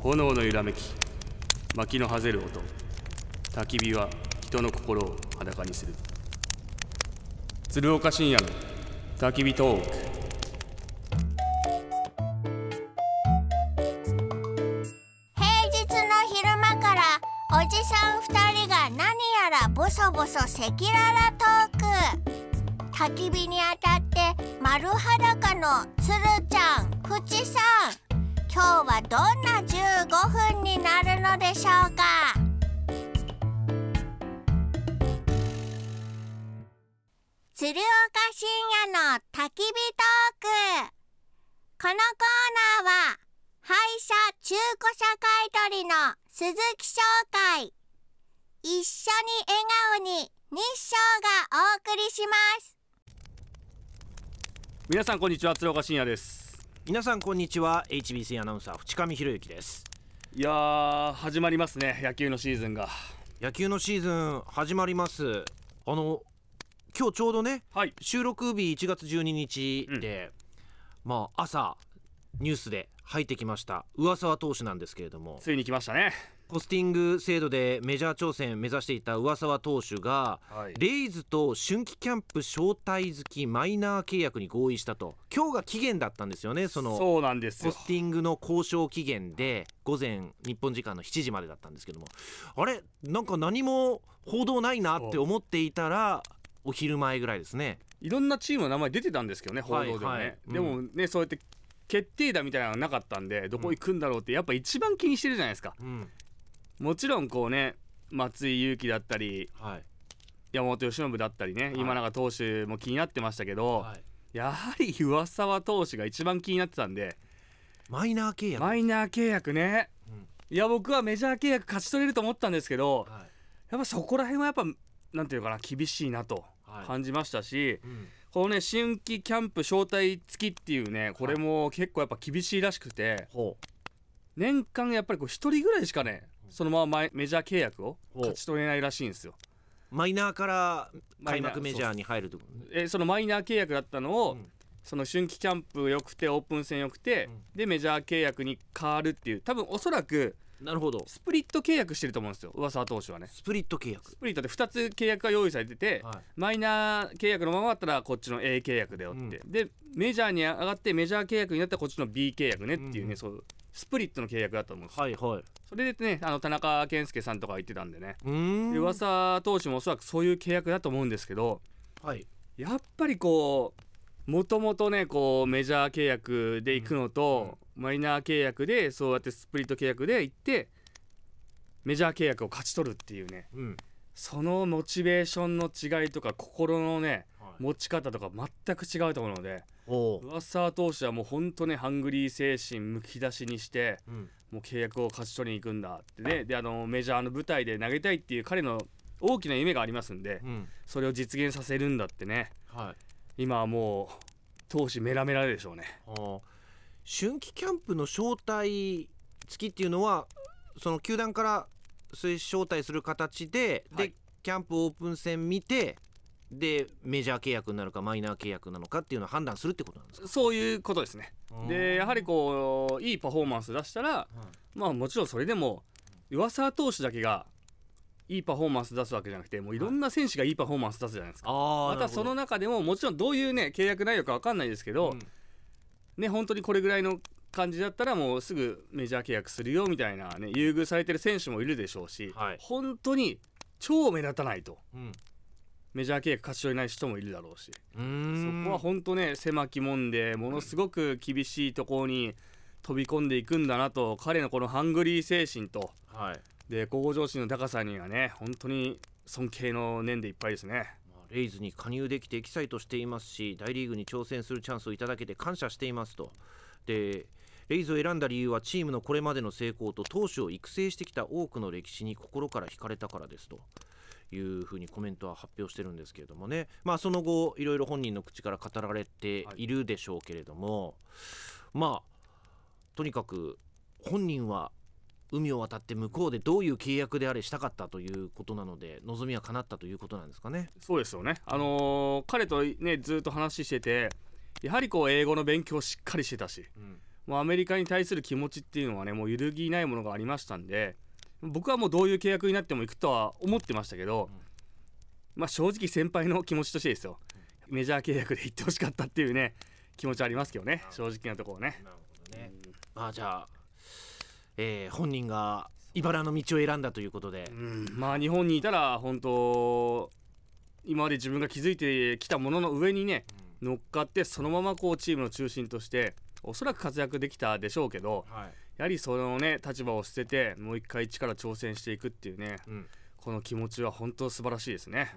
炎の揺らめき、薪のはぜる音、焚き火は人の心を裸にする。鶴岡深夜の焚き火トーク。 平日の昼間からおじさん2人が何やらボソボソ赤裸々トーク。焚き火に当たって丸裸のつるちゃん、ふちさん、今日はどんな15分になるのでしょうか。鶴岡深夜の焚き火トーク。このコーナーは廃車中古車買取の鈴木商会、一緒に笑顔に日照がお送りします。 皆さんこんにちは、鶴岡深夜です。 皆さんこんにちは、 HBC アナウンサー淵上博之です。 いやー、始まりますね、野球のシーズンが。 野球のシーズン始まります。今日ちょうどね、 はい、 収録日1月12日で、朝ニュースで入ってきました上沢投手なんですけれども、 ついに来ましたね。 ポスティング制度でメジャー挑戦目指していた上沢投手が、レイズと春季キャンプ招待付きマイナー契約に合意したと。今日が期限だったんですよね。 そうなんですよ。 ポスティングの交渉期限で午前日本時間の7時までだったんですけども、あれなんか何も報道ないなって思っていたらお昼前ぐらいですね。 いろんなチームの名前出てたんですけどね、報道でもね、でもね、そうやって決定打みたいなのがなかったんで、どこ行くんだろうってやっぱ一番気にしてるじゃないですか。もちろんこうね、松井裕樹だったり、山本由伸だったりね、今永投手も気になってましたけど、やはり上沢投手が一番気になってたんで、 マイナー契約ね、いや僕はメジャー契約勝ち取れると思ったんですけど、やっぱそこら辺はやっぱなんていうかな、厳しいなと感じましたし、このね春季キャンプ招待付きっていうね、これも結構やっぱ厳しいらしくて、年間やっぱりこう1人ぐらいしかね、そのままメジャー契約を勝ち取れないらしいんですよ。 マイナーから開幕メジャーに入ると。 そのマイナー契約だったのを、その春季キャンプよくてオープン戦よくて、でメジャー契約に変わるっていう、多分おそらくなるほど、 スプリット契約してると思うんですよ、上沢投手はね。 スプリット契約、 スプリットで2つ契約が用意されてて、マイナー契約のままだったらこっちの A 契約だよって、でメジャーに上がってメジャー契約になったらこっちの B 契約ねっていうね、そうスプリットの契約だと思うんですよ。それでね、田中健介さんとか言ってたんでね、で上沢投手もおそらくそういう契約だと思うんですけど、やっぱりこうもともとね、こうメジャー契約で行くのと、マイナー契約でそうやってスプリット契約で行ってメジャー契約を勝ち取るっていうね、そのモチベーションの違いとか心のね、持ち方とか全く違うと思うので、上沢投手はもう本当ね、ハングリー精神むき出しにして、もう契約を勝ち取りに行くんだってね、でメジャーの舞台で投げたいっていう彼の大きな夢がありますんで、それを実現させるんだってね、今はもう投手メラメラでしょうね。 春季キャンプの招待付きっていうのは、その球団からそういう招待する形で、キャンプオープン戦見て、でメジャー契約になるかマイナー契約なのかっていうのを判断するってことなんですか。 そういうことですね。でやはりこういいパフォーマンス出したら、もちろんそれでも上沢投手だけがいいパフォーマンス出すわけじゃなくて、もういろんな選手がいいパフォーマンス出すじゃないですか。またその中でももちろんどういうね契約内容か分かんないですけど、ね、本当にこれぐらいの感じだったらもうすぐメジャー契約するよみたいなね、優遇されてる選手もいるでしょうし、本当に超目立たないと、メジャー契約勝ち取れない人もいるだろうし、そこは本当ね狭き門でものすごく厳しいところに飛び込んでいくんだなと、彼のこのハングリー精神と、で向上心の高さにはね、本当に尊敬の念でいっぱいですね。 レイズに加入できてエキサイトしていますし、大リーグに挑戦するチャンスをいただけて感謝していますと。でレイズを選んだ理由はチームのこれまでの成功と投手を育成してきた多くの歴史に心から惹かれたからですというふうにコメントは発表してるんですけれどもね、その後いろいろ本人の口から語られているでしょうけれども、とにかく本人は海を渡って向こうでどういう契約であれしたかったということなので、望みは叶ったということなんですかね。 そうですよね。彼とねずっと話してて、やはりこう英語の勉強をしっかりしてたし、 もうアメリカに対する気持ちっていうのはねもう揺るぎないものがありましたんで、僕はもうどういう契約になっても行くとは思ってましたけど、まあ正直先輩の気持ちとしてですよ、メジャー契約で行ってほしかったっていうね気持ちありますけどね、正直なところね。 なるほどね。じゃあ、本人が茨の道を選んだということで、 まあ日本にいたら本当今まで自分が築いてきたものの上にね、乗っかってそのままこうチームの中心としておそらく活躍できたでしょうけど、やはりそのね立場を捨ててもう一回一から挑戦していくっていうね、この気持ちは本当素晴らしいですね。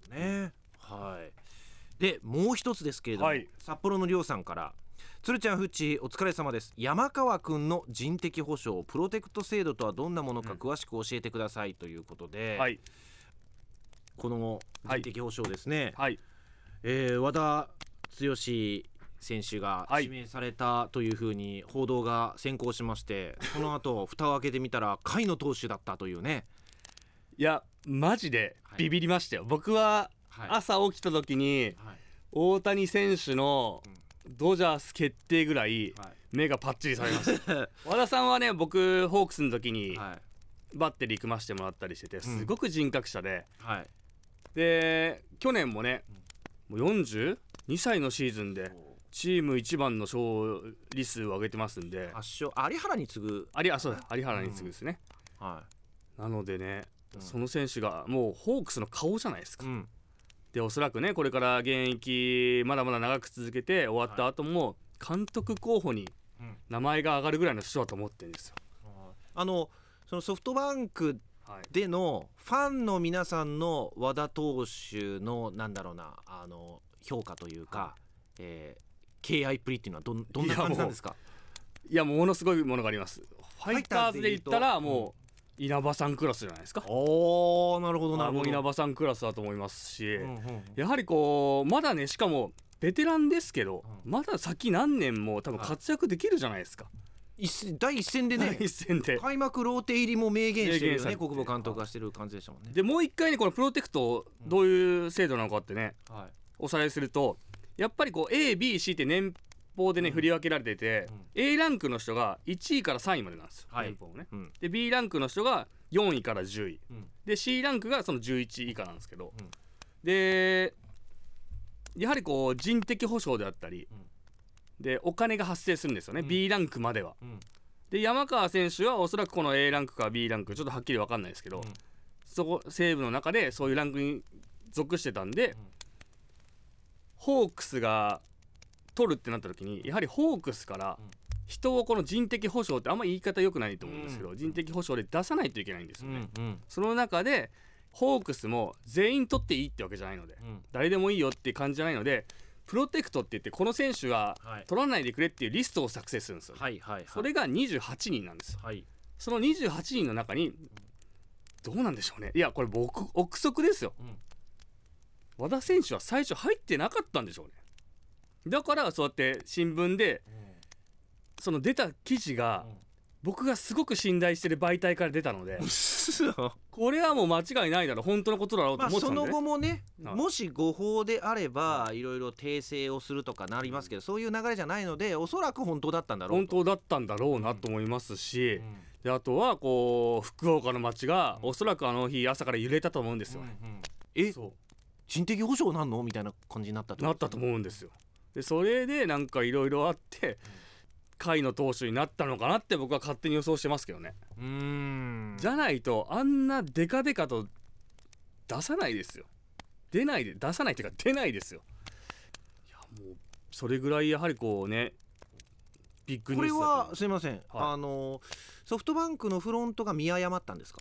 でもう一つですけれども、札幌のりょうさんから、鶴ちゃんフッチお疲れ様です。山川くんの人的保障プロテクト制度とはどんなものか詳しく教えてくださいということで、この人的保障ですね、和田剛選手が指名されたというふうに報道が先行しまして、その後蓋を開けてみたら甲斐の投手だったというね。 いやマジでビビりましたよ、僕は朝起きた時に、大谷選手のドジャース決定ぐらい目がパッチリされました和田さんはね僕ホークスの時にバッテリー組ましてもらったりしててすごく人格者で、で去年もねもう42歳のシーズンでチーム一番の勝利数を上げてますんで、 有原に次ぐそうだ有原に次ぐですね、なのでね、その選手がもうホークスの顔じゃないですか、でおそらくねこれから現役まだまだ長く続けて終わった後も監督候補に名前が上がるぐらいの人だと思ってるんですよ。 そのソフトバンクでのファンの皆さんの和田投手のなんだろうな評価というか、敬愛っぷりっていうのはどんな感じなんですか？ いやものすごいものがあります。ファイターズで言ったらもう稲葉さんクラスじゃないですか。 なるほどなるほど。 稲葉さんクラスだと思いますし、やはりこうまだねしかもベテランですけど、まだ先何年も多分活躍できるじゃないですか。 第一線でね、開幕ローテ入りも明言してるよね、国母監督がしてる感じでしたもんね。 でもう一回ねこのプロテクトどういう制度なのかってね、おさらいするとやっぱりこう A、B、C って年俸でね振り分けられてて、A ランクの人が1位から3位までなんですよ、年俸ね、で B ランクの人が4位から10位、で C ランクがその11位以下なんですけど、でやはりこう人的保障であったり、でお金が発生するんですよね、B ランクまでは、で山川選手はおそらくこの A ランクか B ランクちょっとはっきり分かんないですけど、そこ西武の中でそういうランクに属してたんで、ホークスが取るってなった時にやはりホークスから人をこの人的保障ってあんま言い方良くないと思うんですけど、人的保障で出さないといけないんですよね、その中でホークスも全員取っていいってわけじゃないので、誰でもいいよって感じじゃないのでプロテクトって言ってこの選手は取らないでくれっていうリストを作成するんですよ、それが28人なんですよ、その28人の中にどうなんでしょうね、いやこれ僕憶測ですよ、和田選手は最初入ってなかったんでしょうね。だからそうやって新聞でその出た記事が僕がすごく信頼してる媒体から出たのでこれはもう間違いないだろう、本当のことだろうと思ってたんで、 その後もね、もし誤報であればいろいろ訂正をするとかなりますけど、そういう流れじゃないのでおそらく本当だったんだろうなと思いますし、であとはこう福岡の街がおそらくあの日朝から揺れたと思うんですよね、そう人的保障なんのみたいな感じになったと思うんですよ。でそれでなんかいろいろあって甲斐の投手になったのかなって僕は勝手に予想してますけどね。じゃないとあんなデカデカと出さないですよ。出さないっていうか出ないですよ。いやもうそれぐらいやはりこうねビッグニュースだと。 これはすいません、ソフトバンクのフロントが見誤ったんですか？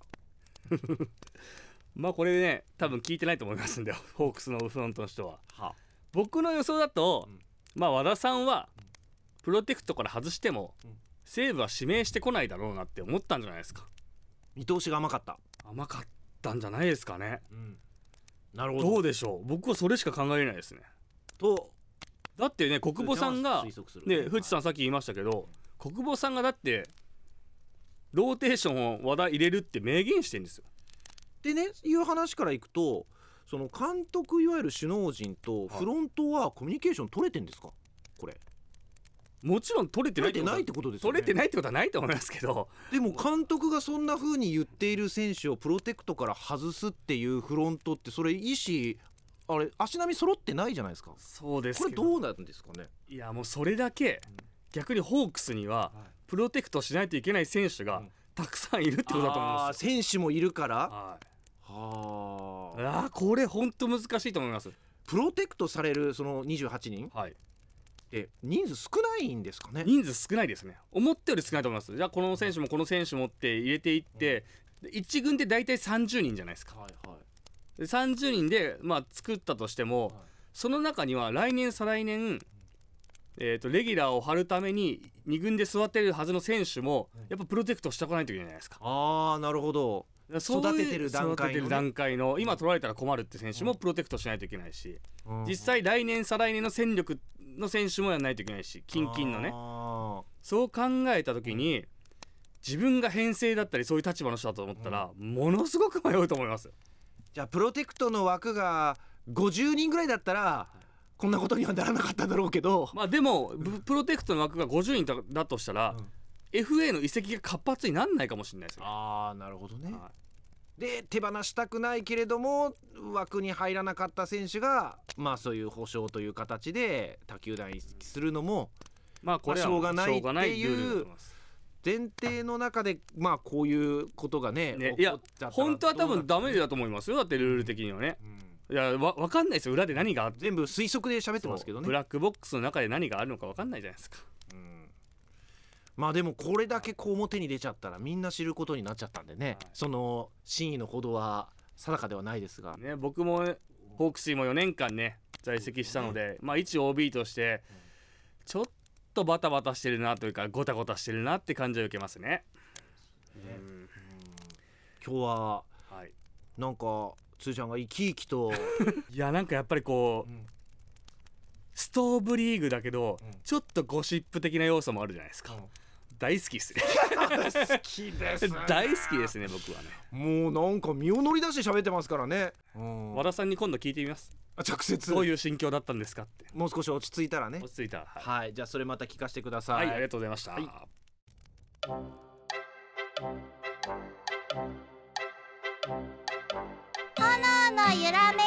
まあこれね多分聞いてないと思いますんでホークスのフロントの人は、僕の予想だと、まあ和田さんはプロテクトから外しても、西武は指名してこないだろうなって思ったんじゃないですか。 見通しが甘かったんじゃないですかね、 なるほど。 どうでしょう、僕はそれしか考えれないですね。だってね国母さんがね、藤さんさっき言いましたけど、国母さんがだってローテーションを和田入れるって明言してるんですよ。 でね、いう話からいくと、その監督いわゆる首脳陣とフロントはコミュニケーション取れてんですか？これもちろん取れてないってことですよね。 取れてないってことはないと思いますけど、 でも監督がそんな風に言っている選手をプロテクトから外すっていうフロントって、それ意思あれ足並み揃ってないじゃないですか。 そうですけどこれどうなんですかね。 いやもうそれだけ、逆にホークスにはプロテクトしないといけない選手がたくさんいるってことだと思います。 選手もいるから、 これ本当難しいと思います。 プロテクトされるその28人、人数少ないんですかね。 人数少ないですね。思ったより少ないと思います。じゃあこの選手もこの選手もって入れていって、1軍で大体30人じゃないですか。で30人で作ったとしても、その中には来年再来年レギュラーを張るために2軍で座ってるはずの選手もやっぱプロテクトしておかないといけないじゃないですか。 なるほど。育ててる段階の今取られたら困るって選手もプロテクトしないといけないし、実際来年再来年の戦力の選手もやらないといけないし、近々のね。そう考えた時に自分が編成だったりそういう立場の人だと思ったら、ものすごく迷うと思いますよ。 じゃあプロテクトの枠が50人ぐらいだったらこんなことにはならなかっただろうけど、 でもプロテクトの枠が50人だとしたら、FA の移籍が活発にならないかもしれないですね。 なるほどね。で手放したくないけれども枠に入らなかった選手がそういう保証という形で他球団に移籍するのもこれはしょうがないっていう前提の中でこういうことがねいや本当は多分ダメだと思いますよ。だってルール的にはね、いや分かんないですよ。裏で何が全部推測で喋ってますけどね。 ブラックボックスの中で何があるのか分かんないじゃないですか。 でもこれだけ表に出ちゃったらみんな知ることになっちゃったんでね、その真意のほどは定かではないですがね。僕もホークスにも4年間ね在籍したので、一 OB としてちょっとバタバタしてるなというかゴタゴタしてるなって感じを受けますね。 今日はなんかつーちゃんが生き生きといやなんかやっぱりこう、ストーブリーグだけど、ちょっとゴシップ的な要素もあるじゃないですか。大好きですね。 好きですね。 大好きですね僕はね。 もうなんか身を乗り出して喋ってますからね。 和田さんに今度聞いてみます。 直接どういう心境だったんですかって。 もう少し落ち着いたらね。 落ち着いたらはい、じゃあそれまた聞かせてください。 ありがとうございました。 炎の揺らめ